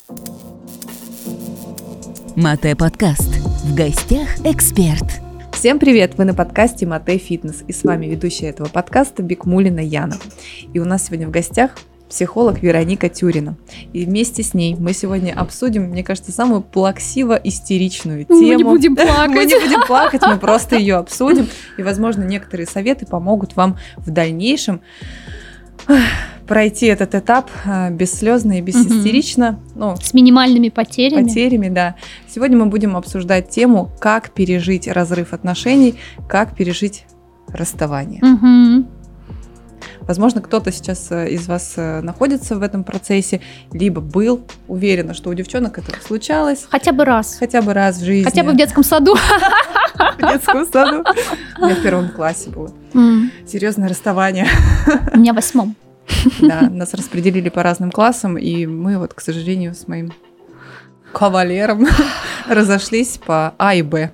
Мате подкаст. В гостях эксперт. Всем привет! Вы на подкасте Мате Фитнес. И с вами ведущая этого подкаста Бикмуллина Яна. И у нас сегодня в гостях психолог Вероника Тюрина. И вместе с ней мы сегодня обсудим, мне кажется, самую плаксиво-истеричную тему. Мы не будем плакать. Мы не будем плакать, мы просто ее обсудим. И, возможно, некоторые советы помогут вам в дальнейшем пройти этот этап бесслезно и бесистерично. С минимальными потерями. Потерями, да. Сегодня мы будем обсуждать тему, как пережить разрыв отношений, как пережить расставание. Угу. Возможно, кто-то сейчас из вас находится в этом процессе, либо был, уверена, что у девчонок это случалось. Хотя бы раз. Хотя бы раз в жизни. Хотя бы в детском саду. В детском саду. У меня в 1 классе было. Серьезное расставание. У меня в 8. Да, нас распределили по разным классам, и мы вот, к сожалению, с моим кавалером разошлись по А и Б.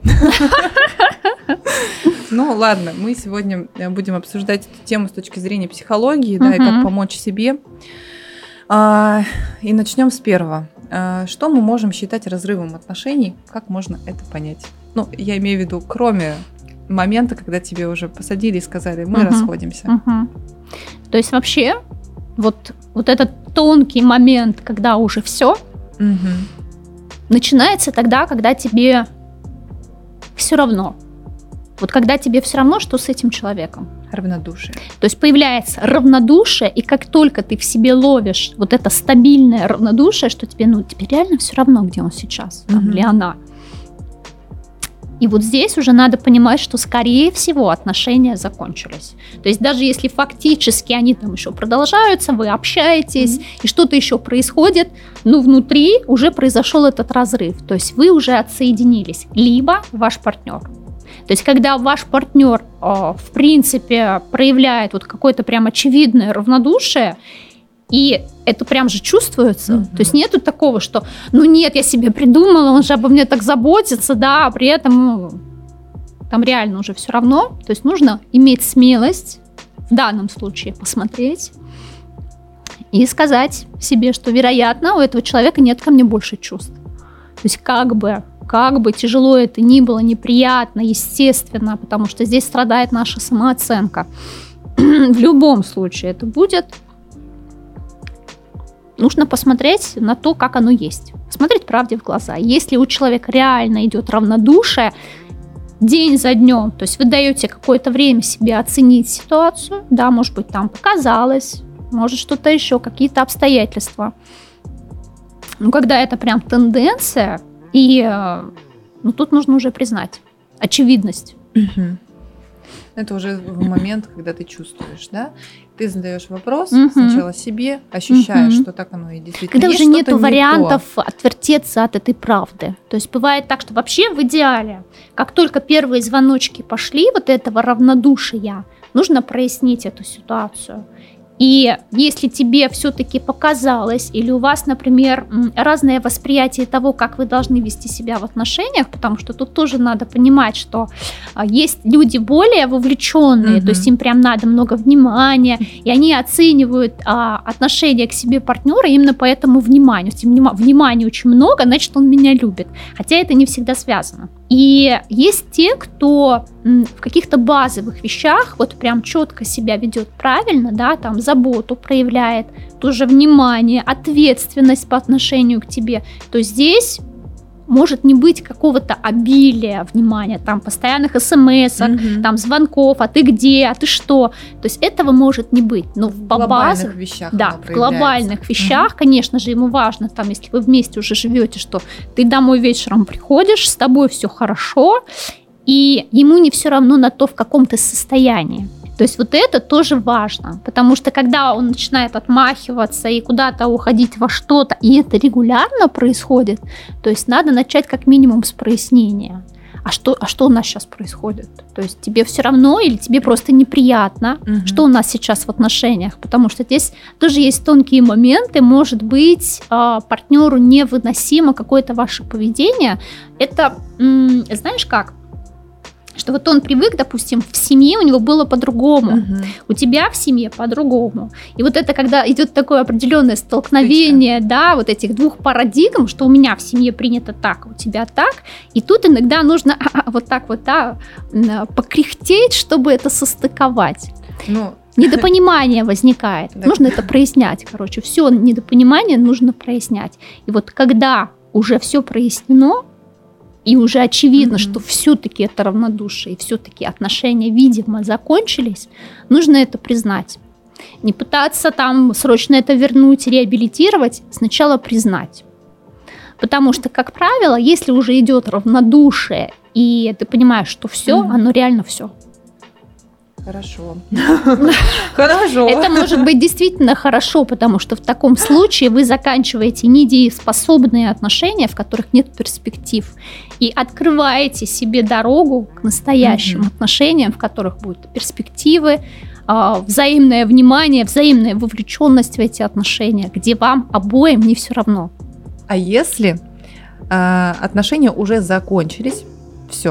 Ну, ладно, мы сегодня будем обсуждать эту тему с точки зрения психологии, да, и как помочь себе. И начнем с первого. Что мы можем считать разрывом отношений? Как можно это понять? Ну, я имею в виду, кроме момента, когда тебе уже посадили и сказали, мы расходимся. То есть вообще вот этот тонкий момент, когда уже все, начинается тогда, когда тебе все равно. Вот когда тебе все равно, что с этим человеком. Равнодушие. То есть появляется равнодушие, и как только ты в себе ловишь вот это стабильное равнодушие, что тебе, тебе реально все равно, где он сейчас, там, или она. И вот здесь уже надо понимать, что, скорее всего, отношения закончились. То есть даже если фактически они там еще продолжаются, вы общаетесь, и что-то еще происходит, но внутри уже произошел этот разрыв. То есть вы уже отсоединились. Либо ваш партнер. То есть когда ваш партнер, в принципе, проявляет вот какое-то прям очевидное равнодушие, и это прям же чувствуется. То есть нету такого, что, нет, я себе придумала, он же обо мне так заботится, да, а при этом там реально уже все равно. То есть нужно иметь смелость в данном случае посмотреть и сказать себе, что, вероятно, у этого человека нет ко мне больше чувств. То есть как бы тяжело это ни было, неприятно, естественно, потому что здесь страдает наша самооценка. В любом случае это будет. Нужно посмотреть на то, как оно есть. Смотреть правде в глаза. Если у человека реально идет равнодушие день за днем, то есть вы даете какое-то время себе оценить ситуацию, да, может быть, там показалось, может что-то еще, какие-то обстоятельства. Когда это прям тенденция, и тут нужно уже признать очевидность. Это уже в момент, когда ты чувствуешь, да? Ты задаешь вопрос сначала себе, ощущаешь, что так оно и действительно когда есть. Когда уже нету вариантов отвертеться от этой правды. То есть бывает так, что вообще в идеале, как только первые звоночки пошли вот этого равнодушия, нужно прояснить эту ситуацию. И если тебе все-таки показалось, или у вас, например, разное восприятие того, как вы должны вести себя в отношениях, потому что тут тоже надо понимать, что есть люди более вовлеченные, то есть им прям надо много внимания, и они оценивают отношение к себе партнера именно по этому вниманию. Если внимания очень много, значит, он меня любит. Хотя это не всегда связано. И есть те, кто в каких-то базовых вещах вот прям четко себя ведет правильно, да, там заботу проявляет, тоже внимание, ответственность по отношению к тебе, то здесь может не быть какого-то обилия внимания, там постоянных смс-ок, там звонков, а ты где, а ты что, то есть этого может не быть, но в глобальных вещах, да, в глобальных вещах, конечно же, ему важно, там, если вы вместе уже живете, что ты домой вечером приходишь, с тобой все хорошо, и ему не все равно на то, в каком ты состоянии. То есть вот это тоже важно, потому что когда он начинает отмахиваться и куда-то уходить во что-то, и это регулярно происходит, то есть надо начать как минимум с прояснения. А что у нас сейчас происходит? То есть тебе все равно или тебе просто неприятно, что у нас сейчас в отношениях? Потому что здесь тоже есть тонкие моменты, может быть, партнеру невыносимо какое-то ваше поведение. Это, знаешь как? Что вот он привык, допустим, в семье у него было по-другому, у тебя в семье по-другому. И вот это когда идет такое определенное столкновение, да, вот этих двух парадигм, что у меня в семье принято так, а у тебя так, и тут иногда нужно вот так вот, да, покряхтеть, чтобы это состыковать. Недопонимание возникает, нужно это прояснять, короче, все недопонимание нужно прояснять. И вот когда уже все прояснено, и уже очевидно, что все-таки это равнодушие, и все-таки отношения, видимо, закончились, нужно это признать. Не пытаться там срочно это вернуть, реабилитировать, сначала признать. Потому что, как правило, если уже идет равнодушие, и ты понимаешь, что все, оно реально все. Хорошо. Хорошо. Это может быть действительно хорошо, потому что в таком случае вы заканчиваете недееспособные отношения, в которых нет перспектив, и открываете себе дорогу к настоящим отношениям, в которых будут перспективы, взаимное внимание, взаимная вовлеченность в эти отношения, где вам обоим не все равно. А если отношения уже закончились, все.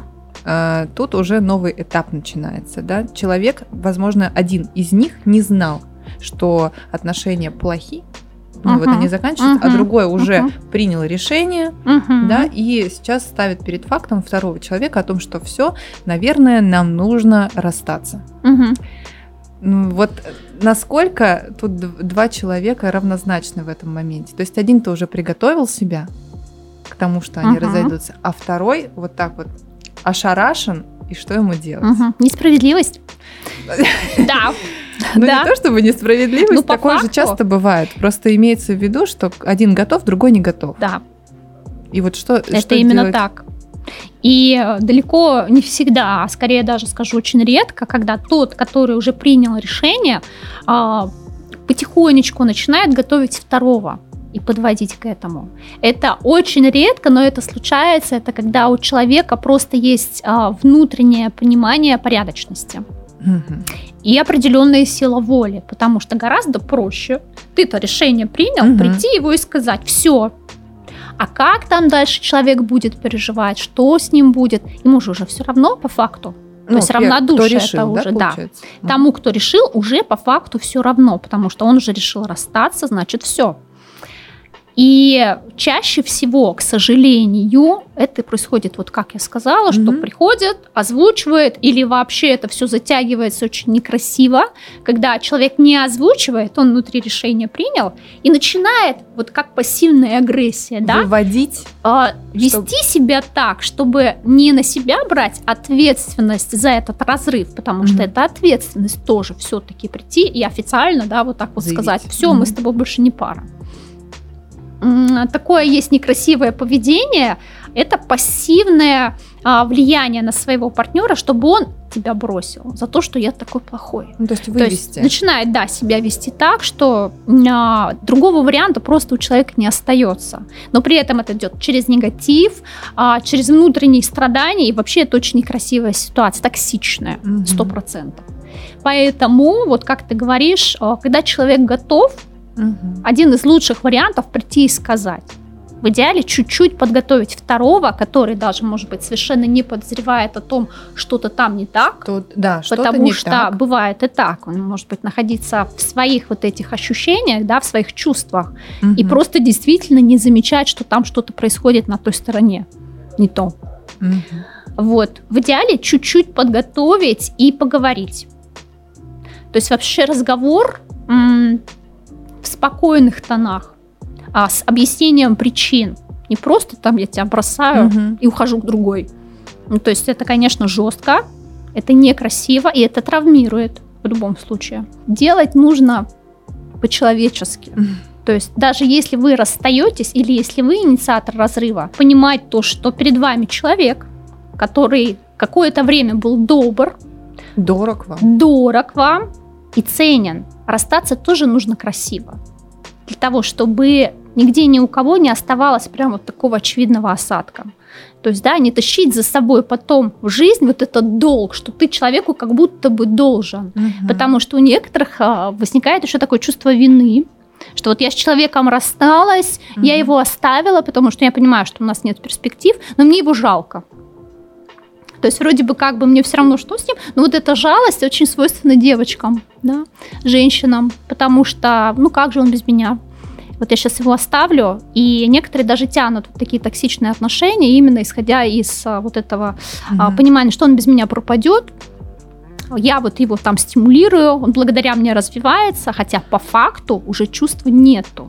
Тут уже новый этап начинается, да? Человек, возможно, один из них не знал, что отношения плохи, вот они заканчиваются, а другой уже принял решение, да, и сейчас ставит перед фактом второго человека о том, что все, наверное, нам нужно расстаться. Вот насколько тут два человека равнозначны в этом моменте? То есть один-то уже приготовил себя к тому, что они разойдутся, а второй вот так вот ошарашен, и что ему делать? Несправедливость. Да. Ну, не то чтобы несправедливость, такое же часто бывает. Просто имеется в виду, что один готов, другой не готов. Да. И вот что это именно так. И далеко не всегда, а скорее даже скажу очень редко, когда тот, который уже принял решение, потихонечку начинает готовить второго и подводить к этому. Это очень редко, но это случается, это когда у человека просто есть внутреннее понимание порядочности и определенная сила воли, потому что гораздо проще, ты-то решение принял, прийти его и сказать, все. А как там дальше человек будет переживать, что с ним будет, ему же уже все равно по факту. То есть равнодушие это уже, да. Тому, кто решил, уже по факту все равно, потому что он уже решил расстаться, значит все. И чаще всего, к сожалению, это происходит, вот как я сказала, что приходит, озвучивает, или вообще это все затягивается очень некрасиво, когда человек не озвучивает, он внутри решения принял, и начинает, вот как пассивная агрессия, да, выводить, вести себя так, чтобы не на себя брать ответственность за этот разрыв, потому что это ответственность тоже все-таки прийти и официально, да, вот так вот заявить. Сказать, все, мы с тобой больше не пара. Такое есть некрасивое поведение, это пассивное влияние на своего партнера, чтобы он тебя бросил за то, что я такой плохой. То есть вывести. То есть начинает, да, себя вести так, что другого варианта просто у человека не остается. Но при этом это идет через негатив, через внутренние страдания, и вообще это очень некрасивая ситуация, токсичная, 100%. Поэтому, вот как ты говоришь, когда человек готов, один из лучших вариантов прийти и сказать. В идеале чуть-чуть подготовить второго, который даже, может быть, совершенно не подозревает о том, что-то там не так. Да, потому не что так. Бывает и так. Он может быть находиться в своих вот этих ощущениях, да, в своих чувствах, и просто действительно не замечать, что там что-то происходит на той стороне. Не то. Вот. В идеале чуть-чуть подготовить и поговорить. То есть вообще разговор в спокойных тонах, с объяснением причин. Не просто там я тебя бросаю и ухожу к другой. То есть это, конечно, жестко, это некрасиво, и это травмирует в любом случае. Делать нужно по-человечески. То есть даже если вы расстаетесь или если вы инициатор разрыва, понимать то, что перед вами человек, который какое-то время был дорог вам и ценен. Расстаться тоже нужно красиво. Для того, чтобы нигде ни у кого не оставалось прям вот такого очевидного осадка. То есть, да, не тащить за собой потом в жизнь вот этот долг, что ты человеку как будто бы должен. Потому что у некоторых возникает еще такое чувство вины, что вот я с человеком рассталась, я его оставила, потому что я понимаю, что у нас нет перспектив, но мне его жалко. То есть вроде бы как бы мне все равно, что с ним, но вот эта жалость очень свойственна девочкам, да, женщинам, потому что, ну как же он без меня? Вот я сейчас его оставлю, и некоторые даже тянут вот такие токсичные отношения, именно исходя из вот этого понимания, что он без меня пропадет. Я вот его там стимулирую, он благодаря мне развивается, хотя по факту уже чувства нету.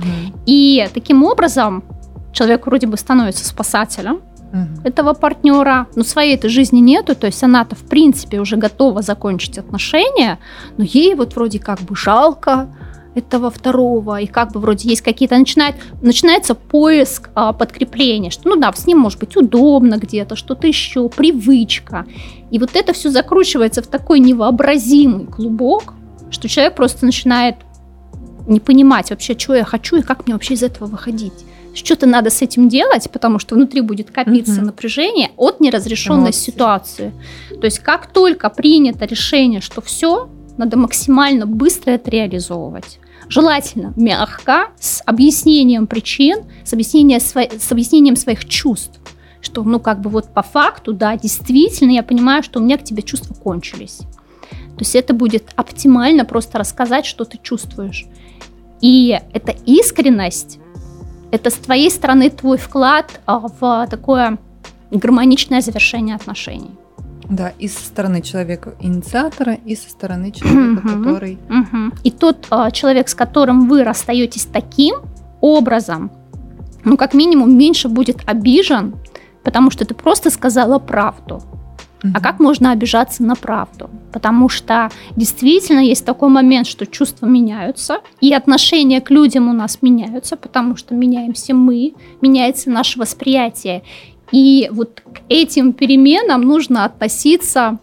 И таким образом человек вроде бы становится спасателем этого партнера, но своей этой жизни нету, то есть она-то в принципе уже готова закончить отношения, но ей вот вроде как бы жалко этого второго, и как бы вроде есть какие-то... Начинается поиск подкрепления, что ну да, с ним может быть удобно где-то, что-то еще, привычка. И вот это все закручивается в такой невообразимый клубок, что человек просто начинает не понимать вообще, что я хочу и как мне вообще из этого выходить. Что-то надо с этим делать, потому что внутри будет копиться напряжение от неразрешенной ситуации. То есть как только принято решение, что все, надо максимально быстро это реализовывать. Желательно мягко, с объяснением причин, с объяснением своих чувств. Что, ну, как бы вот по факту, да, действительно, я понимаю, что у меня к тебе чувства кончились. То есть это будет оптимально просто рассказать, что ты чувствуешь. И эта искренность, это с твоей стороны твой вклад в такое гармоничное завершение отношений. Да, и со стороны человека-инициатора, и со стороны человека, который... И тот человек, с которым вы расстаетесь таким образом, ну, как минимум, меньше будет обижен, потому что ты просто сказала правду. А как можно обижаться на правду? Потому что действительно есть такой момент, что чувства меняются, и отношения к людям у нас меняются, потому что меняемся мы, меняется наше восприятие. И вот к этим переменам нужно относиться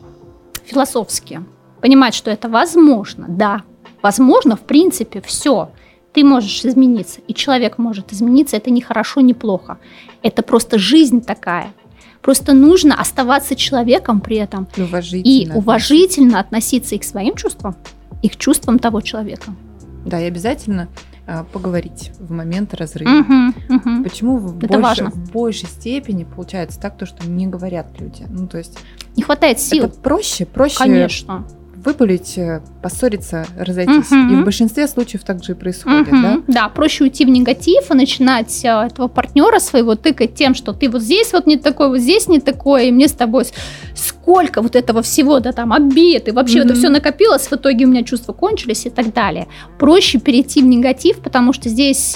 философски. Понимать, что это возможно, да. Возможно, в принципе, все. Ты можешь измениться, и человек может измениться. Это не хорошо, не плохо. Это просто жизнь такая. Просто нужно оставаться человеком при этом. И уважительно относиться и к своим чувствам, и к чувствам того человека. Да, и обязательно поговорить в момент разрыва. Почему в большей степени получается так, то, что не говорят люди? Ну, то есть не хватает сил. Это проще, конечно, выпалить, поссориться, разойтись. И в большинстве случаев так же и происходит, да? Да, проще уйти в негатив и начинать этого партнера своего тыкать тем, что ты вот здесь вот не такой, вот здесь не такой, и мне с тобой сколько вот этого всего, да, там, обид, и вообще это все накопилось, в итоге у меня чувства кончились и так далее. Проще перейти в негатив, потому что здесь...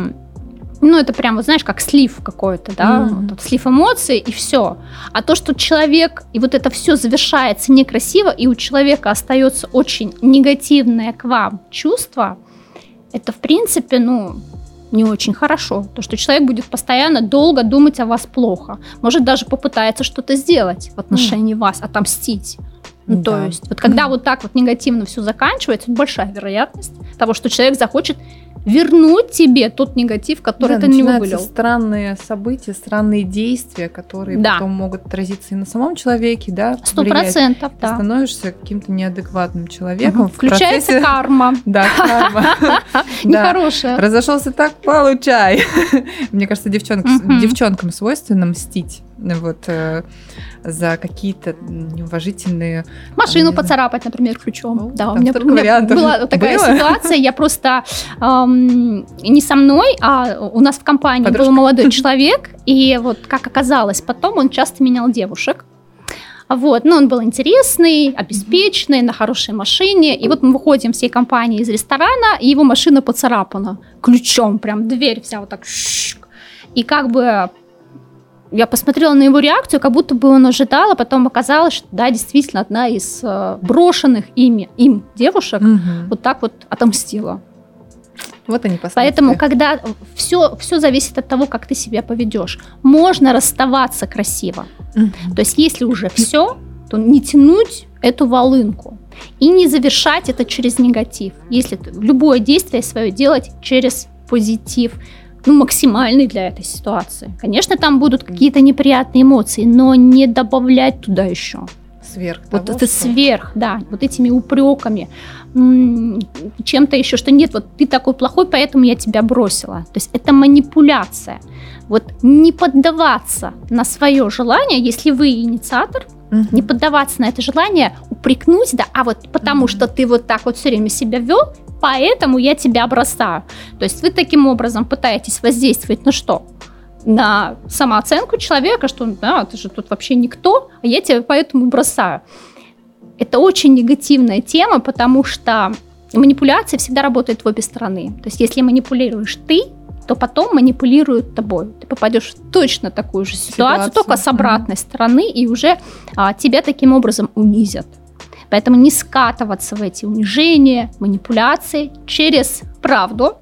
Ну, это прям, вот знаешь, как слив какой-то, да, вот, слив эмоций, и все. А то, что человек, и вот это все завершается некрасиво, и у человека остается очень негативное к вам чувство, это, в принципе, ну, не очень хорошо. То, что человек будет постоянно долго думать о вас плохо. Может, даже попытается что-то сделать в отношении вас, отомстить. Ну, то есть, вот когда вот так вот негативно все заканчивается, большая вероятность того, что человек захочет вернуть тебе тот негатив, который ты не вывалил. Странные события, странные действия, которые потом могут отразиться и на самом человеке, да? 100%, да. Ты становишься каким-то неадекватным человеком. Включается карма. Да, карма. Нехорошая. Разошелся так, получай. Мне кажется, девчонкам свойственно мстить. Вот за какие-то неуважительные... Машину поцарапать, например, ключом. Да, у меня была такая ситуация, я просто не со мной, а у нас в компании был молодой человек, и вот как оказалось потом, он часто менял девушек. Вот, но он был интересный, обеспеченный, на хорошей машине. И вот мы выходим всей компанией из ресторана, и его машина поцарапана ключом, прям дверь вся вот так. И как бы я посмотрела на его реакцию, как будто бы он ожидал, а потом оказалось, что да, действительно одна из брошенных им девушек вот так вот отомстила. Вот они последствия. Поэтому, когда все зависит от того, как ты себя поведешь. Можно расставаться красиво. То есть, если уже все, то не тянуть эту волынку и не завершать это через негатив. Если любое действие свое делать через позитив, ну, максимальный для этой ситуации. Конечно, там будут какие-то неприятные эмоции, но не добавлять туда еще. Сверх вот того, это что... сверх, да, вот этими упреками, чем-то еще, что нет, вот ты такой плохой, поэтому я тебя бросила. То есть это манипуляция. Вот не поддаваться на свое желание, если вы инициатор, не поддаваться на это желание, упрекнуть, да, а вот потому что ты вот так вот все время себя вел, поэтому я тебя бросаю. То есть вы таким образом пытаетесь воздействовать на что? На самооценку человека, что да, ты же тут вообще никто, а я тебя поэтому бросаю. Это очень негативная тема, потому что манипуляция всегда работает в обе стороны. То есть если манипулируешь ты, то потом манипулируют тобой. Ты попадешь в точно такую же ситуацию, только с обратной стороны, и уже тебя таким образом унизят. Поэтому не скатываться в эти унижения, манипуляции через правду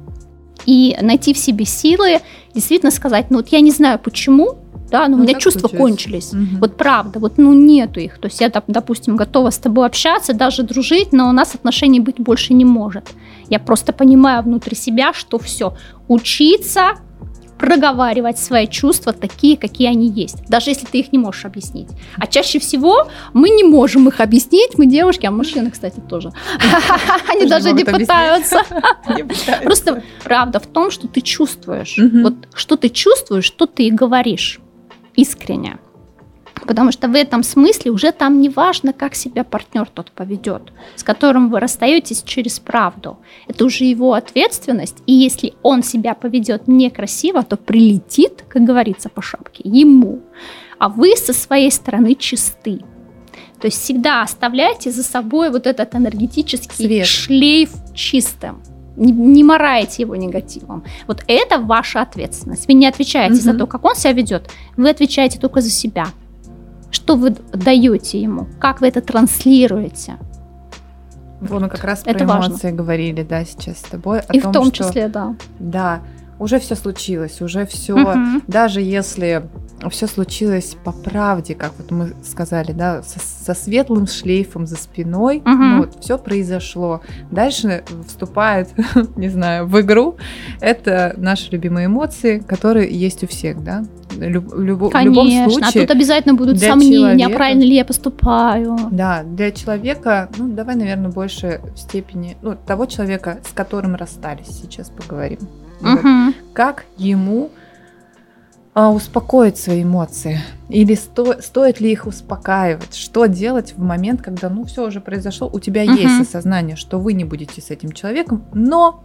и найти в себе силы, действительно сказать, ну вот я не знаю почему, да, но у меня чувства кончились. Вот правда, вот нету их. То есть я, допустим, готова с тобой общаться, даже дружить, но у нас отношений быть больше не может. Я просто понимаю внутри себя, что все, учиться проговаривать свои чувства такие, какие они есть, даже если ты их не можешь объяснить. А чаще всего мы не можем их объяснить, мы девушки, а мужчины, кстати, тоже. Они даже не пытаются. Просто правда в том, что ты чувствуешь. Вот что ты чувствуешь, что ты и говоришь искренне. Потому что в этом смысле уже там не важно, как себя партнер тот поведет, с которым вы расстаетесь через правду. Это уже его ответственность, и если он себя поведет некрасиво, то прилетит, как говорится, по шапке ему. А вы со своей стороны чисты. То есть всегда оставляйте за собой вот этот энергетический шлейф чистым. Не морайте его негативом. Вот это ваша ответственность. Вы не отвечаете за то, как он себя ведет, вы отвечаете только за себя. Что вы даете ему? Как вы это транслируете? Вот мы как раз про эмоции говорили, да, сейчас с тобой. И в том числе, да. Да, уже все случилось, уже все, даже если все случилось по правде, как вот мы сказали, да, со светлым шлейфом за спиной, ну, вот, все произошло. Дальше вступает, не знаю, в игру, это наши любимые эмоции, которые есть у всех, да. В любом случае. А тут обязательно будут сомнения, правильно ли я поступаю. Да, для человека, ну, давай, наверное, больше в степени, ну, того человека, с которым расстались, сейчас поговорим. Вот. Как ему успокоить свои эмоции? Или стоит ли их успокаивать? Что делать в момент, когда, ну, все уже произошло, у тебя есть осознание, что вы не будете с этим человеком, но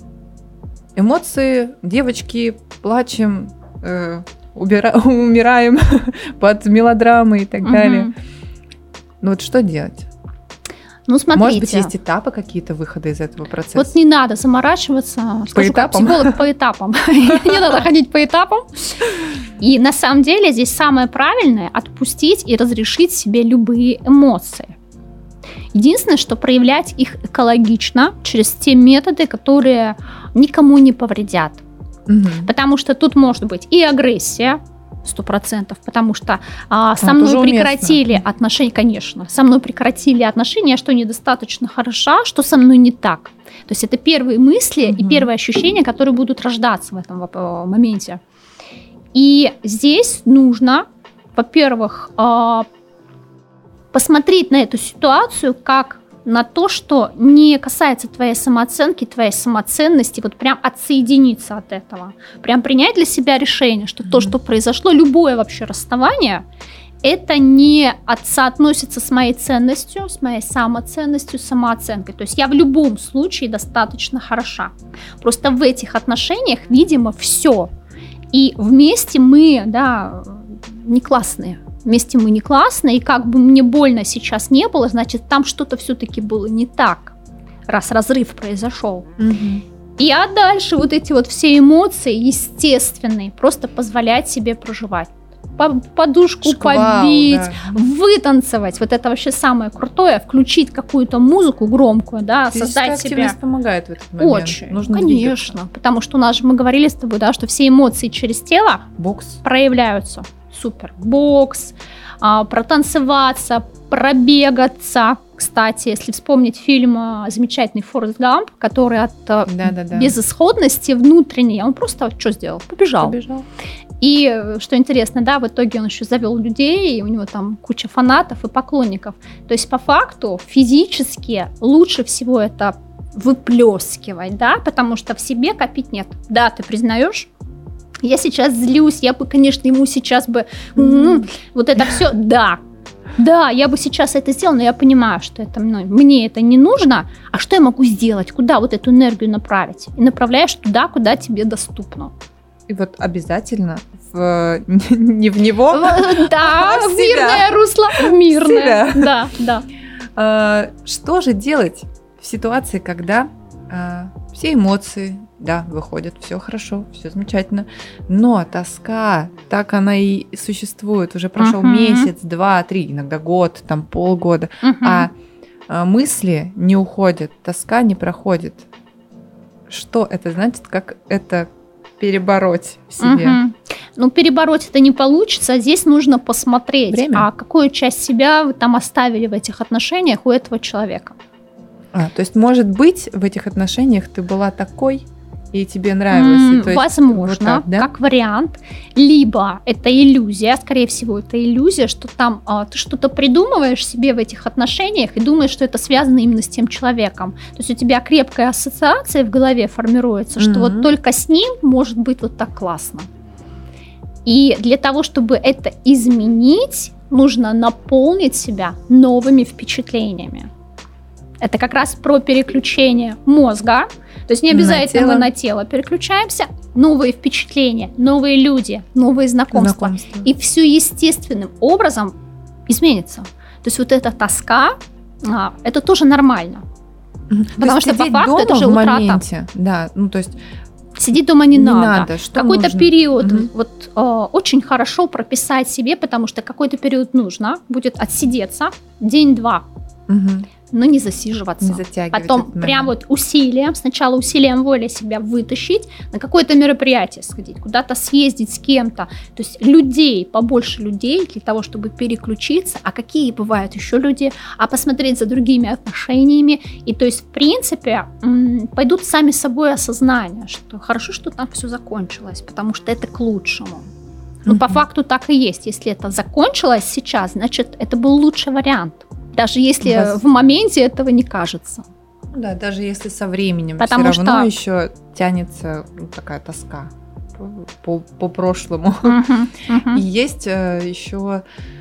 эмоции, девочки, плачем, умираем под мелодрамы и так далее. Ну вот что делать? Ну, смотрите. Может быть, есть этапы какие-то выхода из этого процесса? Вот не надо заморачиваться. По этапам? Психолог по этапам. Не надо ходить по этапам. И на самом деле здесь самое правильное – отпустить и разрешить себе любые эмоции. Единственное, что проявлять их экологично через те методы, которые никому не повредят. Потому что тут может быть и агрессия, 100%, потому что со мной прекратили отношения, конечно, со мной прекратили отношения, что недостаточно хороша, что со мной не так. То есть это первые мысли и первые ощущения, которые будут рождаться в этом моменте. И здесь нужно, во-первых, посмотреть на эту ситуацию как на то, что не касается твоей самооценки, твоей самоценности, вот прям отсоединиться от этого, прям принять для себя решение, что то, что произошло, любое вообще расставание, это не соотносится с моей ценностью, с моей самоценностью, самооценкой. То есть я в любом случае достаточно хороша. Просто в этих отношениях, видимо, все. И вместе мы, да, не классные. Вместе мы не классные, и как бы мне больно сейчас не было, значит, там что-то все-таки было не так, раз разрыв произошел. И дальше вот эти вот все эмоции естественные, просто позволять себе проживать. Подушку побить, вытанцевать. Вот это вообще самое крутое. Включить какую-то музыку громкую, да, создать себе. Активность помогает в этот момент. Очень, нужно конечно. Двигаться. Потому что у нас же, мы говорили с тобой, да, что все эмоции через тело проявляются. Супер. Бокс, протанцеваться, пробегаться, Кстати, если вспомнить фильм замечательный «Форрест Гамп», который от безысходности внутренней, он просто что сделал? Побежал. И, что интересно, да, в итоге он еще завел людей, и у него там куча фанатов и поклонников. То есть, по факту, физически лучше всего это выплескивать, да, потому что в себе копить нет. Да, ты признаешь? Я сейчас злюсь, я бы, конечно, ему сейчас бы... Вот это все, да, я бы сейчас это сделала, но я понимаю, что это мне это не нужно, а что я могу сделать? Куда вот эту энергию направить? И направляешь туда, куда тебе доступно. И вот обязательно не в него, да, в мирное русло, в мирное. Да. Что же делать в ситуации, когда все эмоции, да, выходят, все хорошо, все замечательно, но тоска, так она и существует, уже прошел месяц, 2, 3, иногда год, там полгода, а мысли не уходят, тоска не проходит. Что это значит, как это перебороть в себе? Ну, перебороть это не получится, здесь нужно посмотреть, а какую часть себя вы там оставили в этих отношениях у этого человека. То есть, может быть, в этих отношениях ты была такой, и тебе нравилось? То есть, возможно, вот так, да? как вариант. Либо это иллюзия, скорее всего, это иллюзия, что там ты что-то придумываешь себе в этих отношениях и думаешь, что это связано именно с тем человеком. То есть у тебя крепкая ассоциация в голове формируется, что вот только с ним может быть вот так классно. И для того, чтобы это изменить, нужно наполнить себя новыми впечатлениями. Это как раз про переключение мозга. То есть не обязательно мы на тело переключаемся. Новые впечатления, новые люди, новые знакомства. И все естественным образом изменится. То есть вот эта тоска, это тоже нормально. Потому что по факту это же утрата. Моменте, да, ну то есть сидеть дома не надо. Какой-то нужно? период очень хорошо прописать себе, потому что какой-то период нужно будет отсидеться день-два. Но не засиживаться. Не затягивать. Потом прям вот сначала усилием воли себя вытащить, на какое-то мероприятие сходить, куда-то съездить с кем-то. То есть побольше людей для того, чтобы переключиться. А какие бывают еще люди? А посмотреть за другими отношениями. И то есть, в принципе, пойдут сами собой осознания, что хорошо, что так все закончилось, потому что это к лучшему. Но по факту так и есть. Если это закончилось сейчас, значит, это был лучший вариант. Даже если в моменте этого не кажется. Да, даже если со временем потому все равно еще тянется такая тоска по прошлому. И есть еще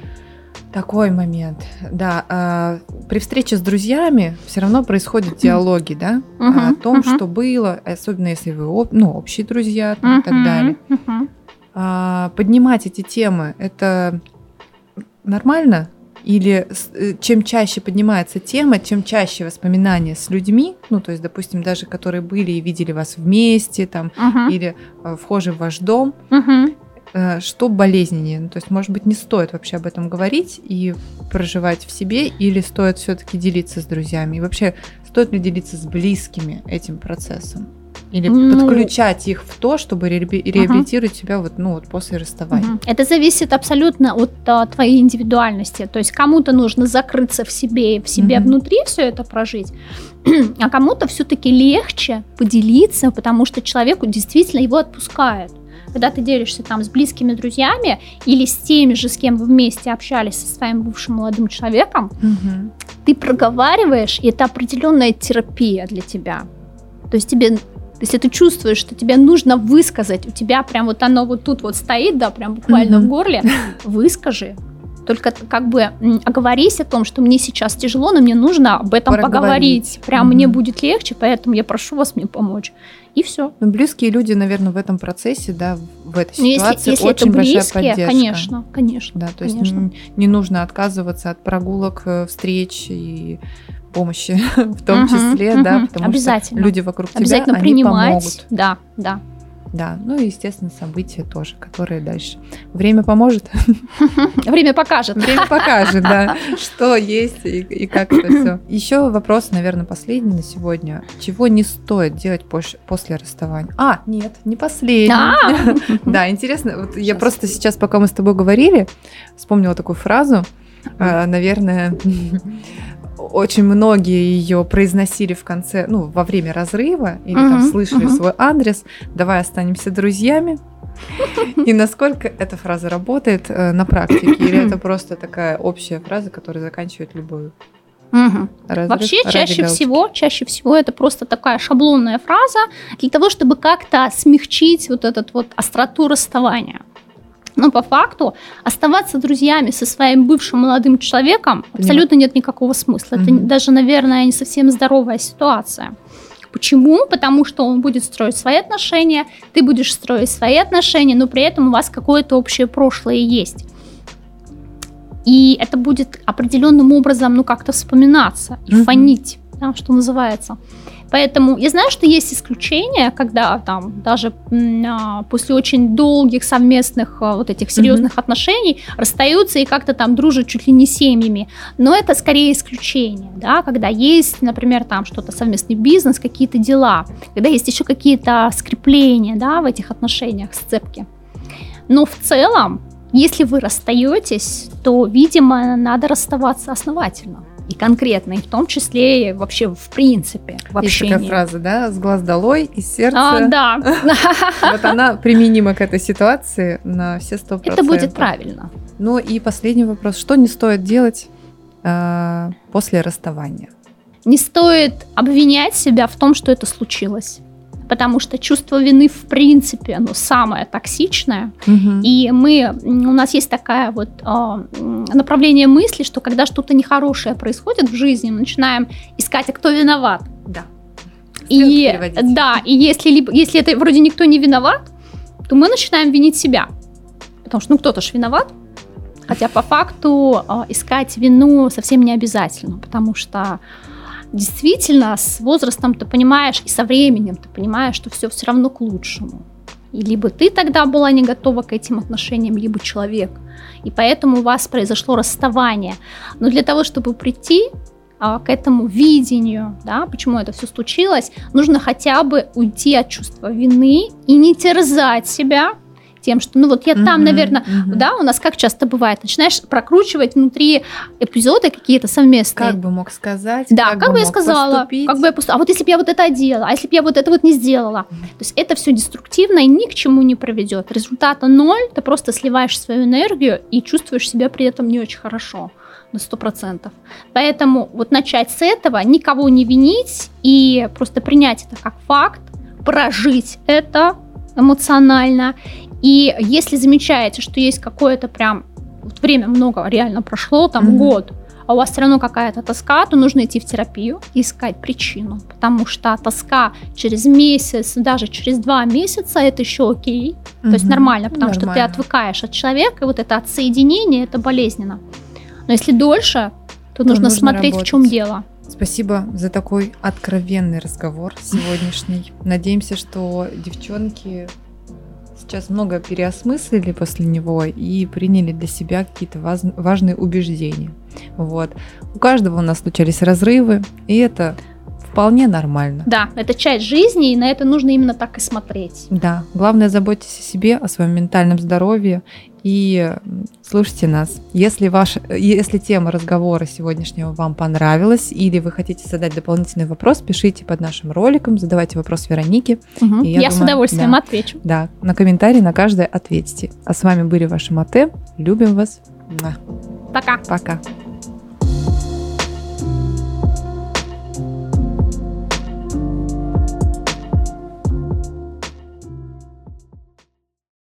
такой момент. Да, при встрече с друзьями все равно происходят диалоги, да, о том, что было, особенно если вы общие друзья и так далее. Поднимать эти темы, это нормально? Или чем чаще поднимается тема, чем чаще воспоминания с людьми, ну, то есть, допустим, даже которые были и видели вас вместе, там, или вхожи в ваш дом, что болезненнее? Ну, то есть, может быть, не стоит вообще об этом говорить и проживать в себе, или стоит все-таки делиться с друзьями? И вообще, стоит ли делиться с близкими этим процессом? Или подключать их в то, чтобы реабилитировать себя после расставания. Это зависит абсолютно от твоей индивидуальности. То есть кому-то нужно закрыться в себе внутри все это прожить, а кому-то все-таки легче поделиться, потому что человеку действительно его отпускает. Когда ты делишься там с близкими друзьями или с теми же, с кем вы вместе общались со своим бывшим молодым человеком, ты проговариваешь, и это определенная терапия для тебя. То есть если ты чувствуешь, что тебе нужно высказать, у тебя прям вот оно вот тут вот стоит, да, прям буквально в горле, выскажи. Только как бы оговорись о том, что мне сейчас тяжело, но мне нужно об этом поговорить. Прям мне будет легче, поэтому я прошу вас мне помочь. И все. Близкие люди, наверное, в этом процессе, да, в этой ситуации если очень это близкие, большая поддержка. Конечно. Да, то есть не нужно отказываться от прогулок, встреч и помощи в том числе, да, потому что люди вокруг тебя, они помогут. Да. Да, ну и, естественно, события тоже, которые дальше. Время поможет? Время покажет. Время покажет, да, что есть и как это все. Еще вопрос, наверное, последний на сегодня. Чего не стоит делать после расставания? Нет, не последний. Да, интересно. Вот я просто сейчас, пока мы с тобой говорили, вспомнила такую фразу, наверное, очень многие ее произносили в конце, ну, во время разрыва, или там слышали свой адрес, давай останемся друзьями. И насколько эта фраза работает на практике, или это просто такая общая фраза, которая заканчивает любую? Разрыв. Вообще, чаще всего это просто такая шаблонная фраза для того, чтобы как-то смягчить вот эту вот остроту расставания. Но по факту оставаться друзьями со своим бывшим молодым человеком абсолютно нет никакого смысла. Это даже, наверное, не совсем здоровая ситуация. Почему? Потому что он будет строить свои отношения, ты будешь строить свои отношения, но при этом у вас какое-то общее прошлое есть. И это будет определенным образом, ну, как-то вспоминаться и фонить, да, что называется. Поэтому я знаю, что есть исключения, когда там даже после очень долгих совместных вот этих серьезных отношений расстаются и как-то там дружат чуть ли не семьями. Но это скорее исключение, да, когда есть, например, там что-то совместный бизнес, какие-то дела, когда есть еще какие-то скрепления, да, в этих отношениях, сцепки. Но в целом, если вы расстаетесь, то, видимо, надо расставаться основательно. И конкретно, и в том числе вообще в принципе в общении. Есть такая фраза, да, с глаз долой, из сердца. Да. Вот она применима к этой ситуации на все 100%. Это будет правильно. Ну и последний вопрос. Что не стоит делать после расставания? Не стоит обвинять себя в том, что это случилось. Потому что чувство вины в принципе, оно самое токсичное. И у нас есть такое вот направление мысли, что когда что-то нехорошее происходит в жизни, мы начинаем искать, а кто виноват. Да. И если это вроде никто не виноват, то мы начинаем винить себя. Потому что кто-то ж виноват. Хотя по факту искать вину совсем не обязательно, потому что действительно, с возрастом ты понимаешь, и со временем ты понимаешь, что все равно к лучшему. И либо ты тогда была не готова к этим отношениям, либо человек. И поэтому у вас произошло расставание. Но для того, чтобы прийти к этому видению, да, почему это все случилось, нужно хотя бы уйти от чувства вины и не терзать себя тем, что, ну вот я там, наверное, да, у нас как часто бывает, начинаешь прокручивать внутри эпизоды какие-то совместные. Как бы мог сказать, да, как бы я сказала, как бы я а вот если бы я вот это делала, а если бы я вот это вот не сделала. То есть это все деструктивно и ни к чему не приведет. Результата 0, ты просто сливаешь свою энергию и чувствуешь себя при этом не очень хорошо. На 100%. Поэтому вот начать с этого, никого не винить и просто принять это как факт, прожить это эмоционально. И если замечаете, что есть какое-то прям вот время много реально прошло, там год, а у вас все равно какая-то тоска, то нужно идти в терапию и искать причину. Потому что тоска через месяц, даже через 2 месяца, это еще окей. То есть нормально, потому что ты отвыкаешь от человека, и вот это отсоединение, это болезненно. Но если дольше, то нужно смотреть, работать. В чем дело. Спасибо за такой откровенный разговор сегодняшний. Надеемся, что девчонки сейчас много переосмыслили после него и приняли для себя какие-то важные убеждения. Вот. У каждого у нас случались разрывы, и это вполне нормально. Да, это часть жизни, и на это нужно именно так и смотреть. Да, главное, заботьтесь о себе, о своем ментальном здоровье и слушайте нас. Если тема разговора сегодняшнего вам понравилась или вы хотите задать дополнительный вопрос, пишите под нашим роликом, задавайте вопрос Веронике. Я думаю, с удовольствием отвечу. Да, на комментарий на каждое ответьте. А с вами были ваши Мате. Любим вас. Пока. Пока.